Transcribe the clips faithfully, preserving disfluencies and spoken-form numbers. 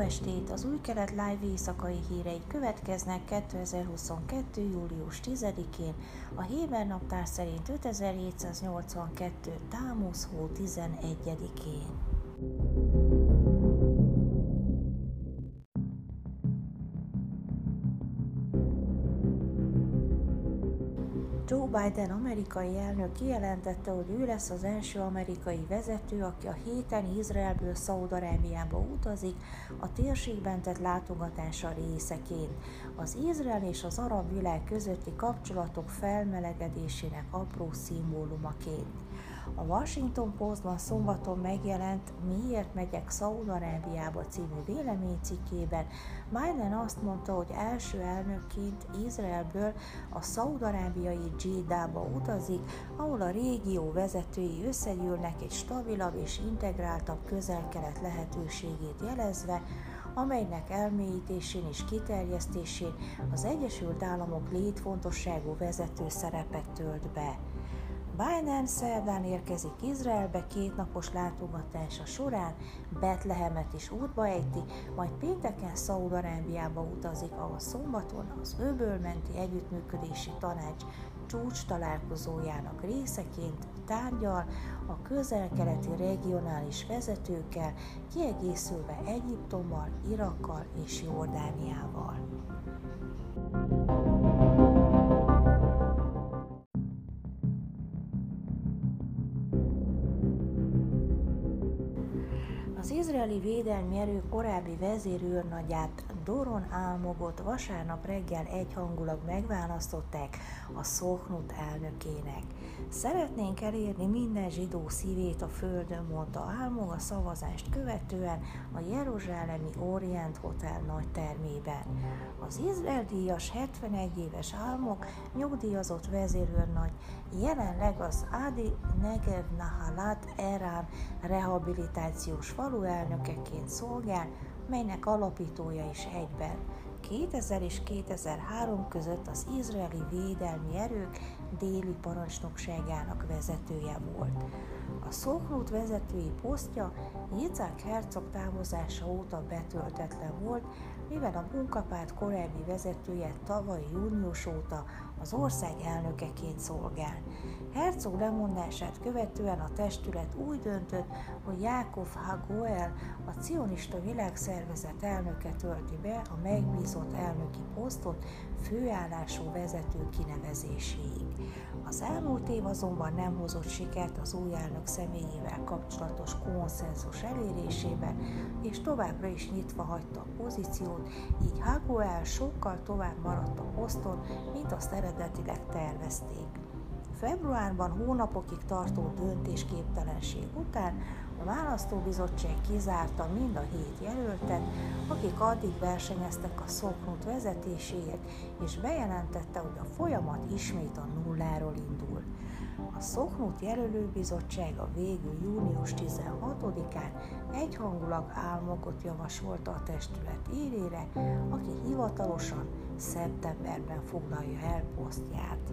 estét! Az Új Kelet Live éjszakai hírei következnek kétezer-huszonkettő. július tizedikén, a héber naptár szerint ötezer-hétszáznyolcvankettő. Támusz hó tizenegyedikén. Joe Biden amerikai elnök kijelentette, hogy ő lesz az első amerikai vezető, aki a héten Izraelből Szaúd-Arábiába utazik a térségben tett látogatása részeként, az Izrael és az arab világ közötti kapcsolatok felmelegedésének apró szimbólumaként. A Washington Postban szombaton megjelent Miért megyek Szaúd-Arábiába című véleménycikkében Biden azt mondta, hogy első elnökként Izraelből a szaúd-arábiai Dzsédába utazik, ahol a régió vezetői összegyűlnek egy stabilabb és integráltabb közel-kelet lehetőségét jelezve, amelynek elmélyítésén és kiterjesztésén az Egyesült Államok létfontosságú vezető szerepet tölt be. Biden szerdán érkezik Izraelbe kétnapos látogatása során, Betlehemet is útba ejti, majd pénteken Szaúd-Arábiába utazik, ahol szombaton az Öböl-menti Együttműködési Tanács csúcs találkozójának részeként tárgyal a közel-keleti regionális vezetőkkel, kiegészülve Egyiptommal, Irakkal és Jordániával. Az izraeli védelmi erők korábbi vezérőrnagyát, Doron Almogot vasárnap reggel egyhangulag megválasztották a Szochnut elnökének. Szeretnénk elérni minden zsidó szívét a földön, mondta Almog a szavazást követően a jeruzsálemi Orient Hotel nagytermében. Az Izrael-díjas hetvenegy éves Almog nyugdíjazott vezérőrnagy, jelenleg az Adi Negev Nahalat Erán rehabilitációs falu elnökeként szolgál, melynek alapítója is egyben. kétezer és kétezer-három között az izraeli védelmi erők déli parancsnokságának vezetője volt. A Szochnut vezetői posztja Yitzhak Herzog távozása óta betöltetlen volt, mivel a munkapárt korábbi vezetője tavaly június óta az ország elnökeként szolgál. Herzog lemondását követően a testület úgy döntött, hogy Jákov Hagoel, a cionista világszervezet elnöke tölti be a megbízott elnöki posztot főállású vezető kinevezéséig. Az elmúlt év azonban nem hozott sikert az új elnök személyével kapcsolatos konszenzus elérésében, és továbbra is nyitva hagyta a pozíciót, így Hagoel sokkal tovább maradt a poszton, mint azt eredetileg tervezték. Februárban hónapokig tartó döntésképtelenség után a választóbizottság kizárta mind a hét jelöltet, akik addig versenyeztek a Szochnut vezetéséért, és bejelentette, hogy a folyamat ismét a nulláról indul. A Szochnut jelölőbizottsága végül június tizenhatodikán egyhangulag Almogot javasolta a testület élére, aki hivatalosan szeptemberben foglalja el posztját.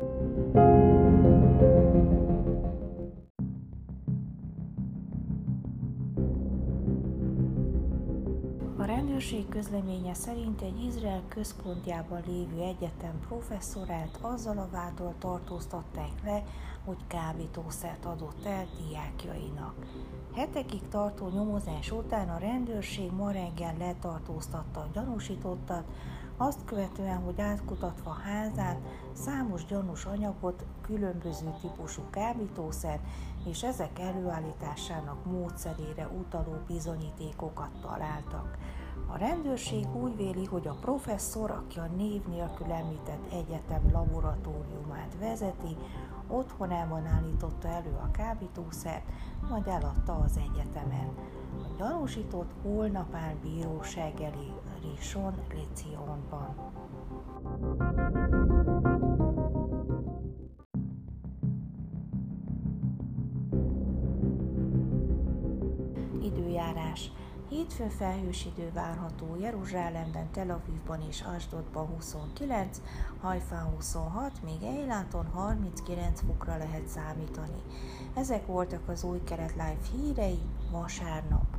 A rendőrség közleménye szerint egy Izrael központjában lévő egyetem professzorát azzal a váddal tartóztatták le, hogy kábítószert adott el diákjainak. Hetekig tartó nyomozás után a rendőrség ma reggel letartóztatta a gyanúsítottat, azt követően, hogy átkutatva házát, számos gyanús anyagot, különböző típusú kábítószer és ezek előállításának módszerére utaló bizonyítékokat találtak. A rendőrség úgy véli, hogy a professzor, aki a név nélkül említett egyetem laboratóriumát vezeti, otthonában állította elő a kábítószert, majd eladta az egyetemen. A gyanúsított holnap áll bíróság elé Rishon LeZionban. Időjárás. Hétfőn felhős idő várható, Jeruzsálemben, Tel Avivban és Asdodban huszonkilenc, Hajfán huszonhat, még Eiláton harminckilenc fokra lehet számítani. Ezek voltak az Új Kelet Live hírei vasárnap.